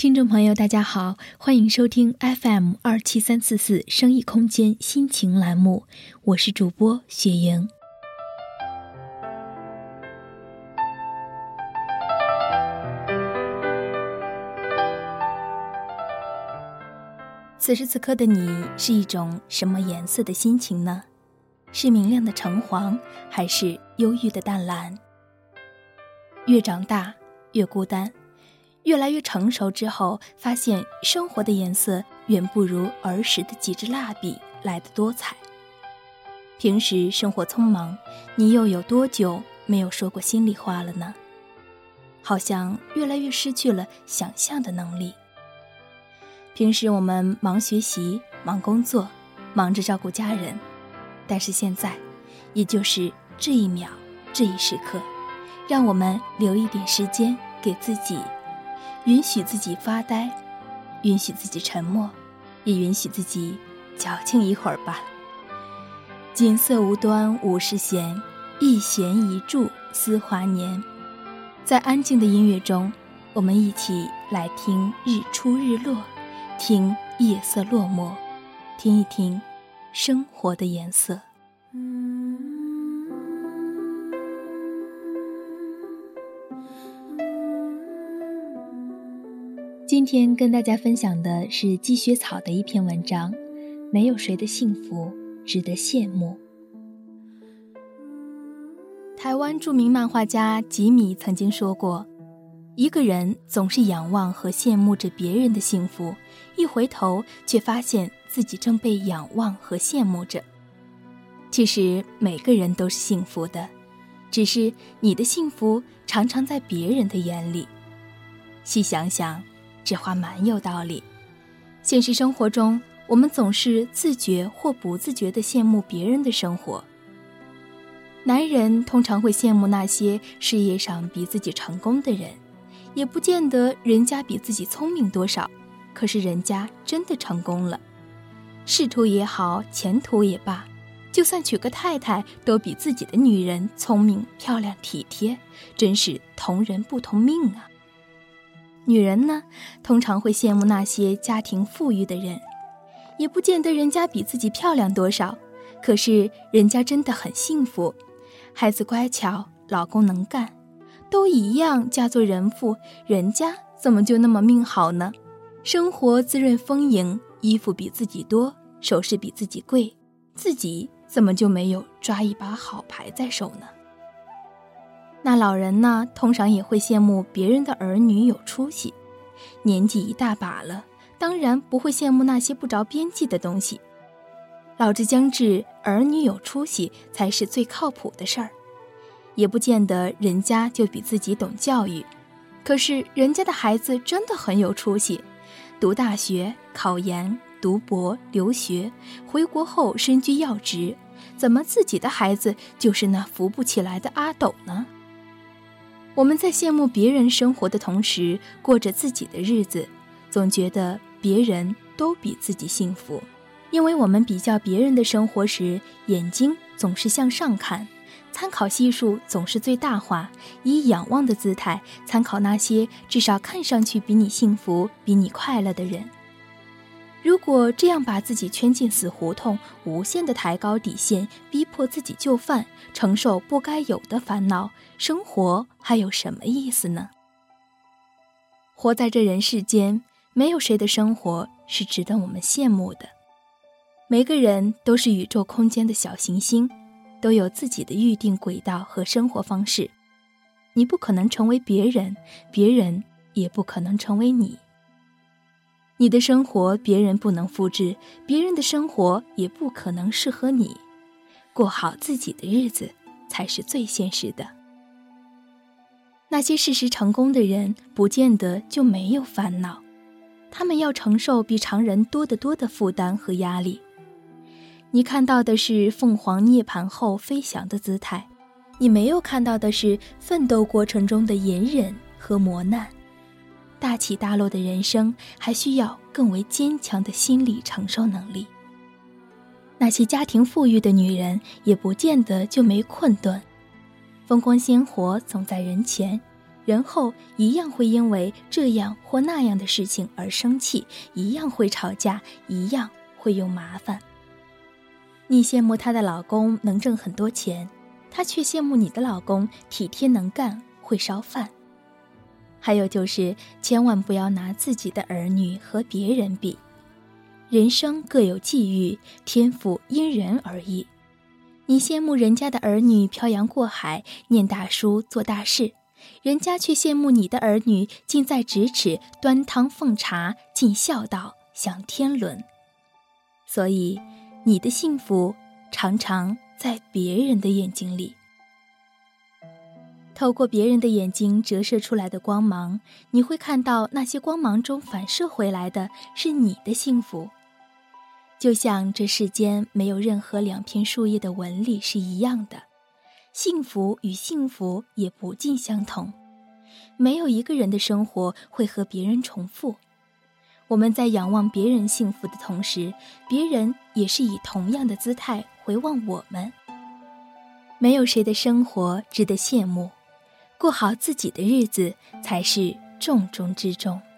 听众朋友大家好，欢迎收听 FM27344 生意空间心情栏目，我是主播雪莹。此时此刻的你是一种什么颜色的心情呢？是明亮的橙黄，还是忧郁的淡蓝？越长大越孤单，越来越成熟之后，发现生活的颜色远不如儿时的几支蜡笔来得多彩。平时生活匆忙，你又有多久没有说过心里话了呢？好像越来越失去了想象的能力。平时我们忙学习，忙工作，忙着照顾家人，但是现在，也就是这一秒，这一时刻，让我们留一点时间给自己，允许自己发呆，允许自己沉默，也允许自己矫情一会儿吧。锦瑟无端五十弦，一弦一柱思华年。在安静的音乐中，我们一起来听日出日落，听夜色落寞，听一听生活的颜色。今天跟大家分享的是积雪草的一篇文章，没有谁的幸福值得羡慕。台湾著名漫画家吉米曾经说过，一个人总是仰望和羡慕着别人的幸福，一回头却发现自己正被仰望和羡慕着。其实每个人都是幸福的，只是你的幸福常常在别人的眼里。细想想，这话蛮有道理。现实生活中，我们总是自觉或不自觉地羡慕别人的生活。男人通常会羡慕那些事业上比自己成功的人，也不见得人家比自己聪明多少，可是人家真的成功了。仕途也好，前途也罢，就算娶个太太都比自己的女人聪明、漂亮、体贴，真是同人不同命啊。女人呢，通常会羡慕那些家庭富裕的人，也不见得人家比自己漂亮多少，可是人家真的很幸福，孩子乖巧，老公能干，都一样嫁做人妇，人家怎么就那么命好呢？生活滋润丰盈，衣服比自己多，首饰比自己贵，自己怎么就没有抓一把好牌在手呢？那老人呢，通常也会羡慕别人的儿女有出息，年纪一大把了，当然不会羡慕那些不着边际的东西。老之将至，儿女有出息才是最靠谱的事儿，也不见得人家就比自己懂教育，可是人家的孩子真的很有出息，读大学、考研、读博、留学，回国后身居要职，怎么自己的孩子就是那扶不起来的阿斗呢？我们在羡慕别人生活的同时，过着自己的日子，总觉得别人都比自己幸福。因为我们比较别人的生活时，眼睛总是向上看，参考系数总是最大化，以仰望的姿态参考那些至少看上去比你幸福、比你快乐的人。如果这样把自己圈进死胡同，无限地抬高底线，逼迫自己就范，承受不该有的烦恼，生活还有什么意思呢？活在这人世间，没有谁的生活是值得我们羡慕的。每个人都是宇宙空间的小行星，都有自己的预定轨道和生活方式。你不可能成为别人，别人也不可能成为你。你的生活别人不能复制，别人的生活也不可能适合你。过好自己的日子才是最现实的。那些事实成功的人不见得就没有烦恼，他们要承受比常人多得多的负担和压力。你看到的是凤凰涅槃后飞翔的姿态，你没有看到的是奋斗过程中的隐忍和磨难。大起大落的人生还需要更为坚强的心理承受能力。那些家庭富裕的女人也不见得就没困顿，风光鲜活总在人前， 然后一样会因为这样或那样的事情而生气，一样会吵架，一样会有麻烦。你羡慕她的老公能挣很多钱，她却羡慕你的老公体贴能干，会烧饭。还有就是千万不要拿自己的儿女和别人比，人生各有际遇，天赋因人而异。你羡慕人家的儿女漂洋过海，念大书做大事，人家却羡慕你的儿女近在咫尺，端汤奉茶，尽孝道，享天伦。所以你的幸福常常在别人的眼睛里。透过别人的眼睛折射出来的光芒，你会看到那些光芒中反射回来的是你的幸福。就像这世间没有任何两片树叶的纹理是一样的，幸福与幸福也不尽相同。没有一个人的生活会和别人重复。我们在仰望别人幸福的同时，别人也是以同样的姿态回望我们。没有谁的生活值得羡慕，过好自己的日子才是重中之重。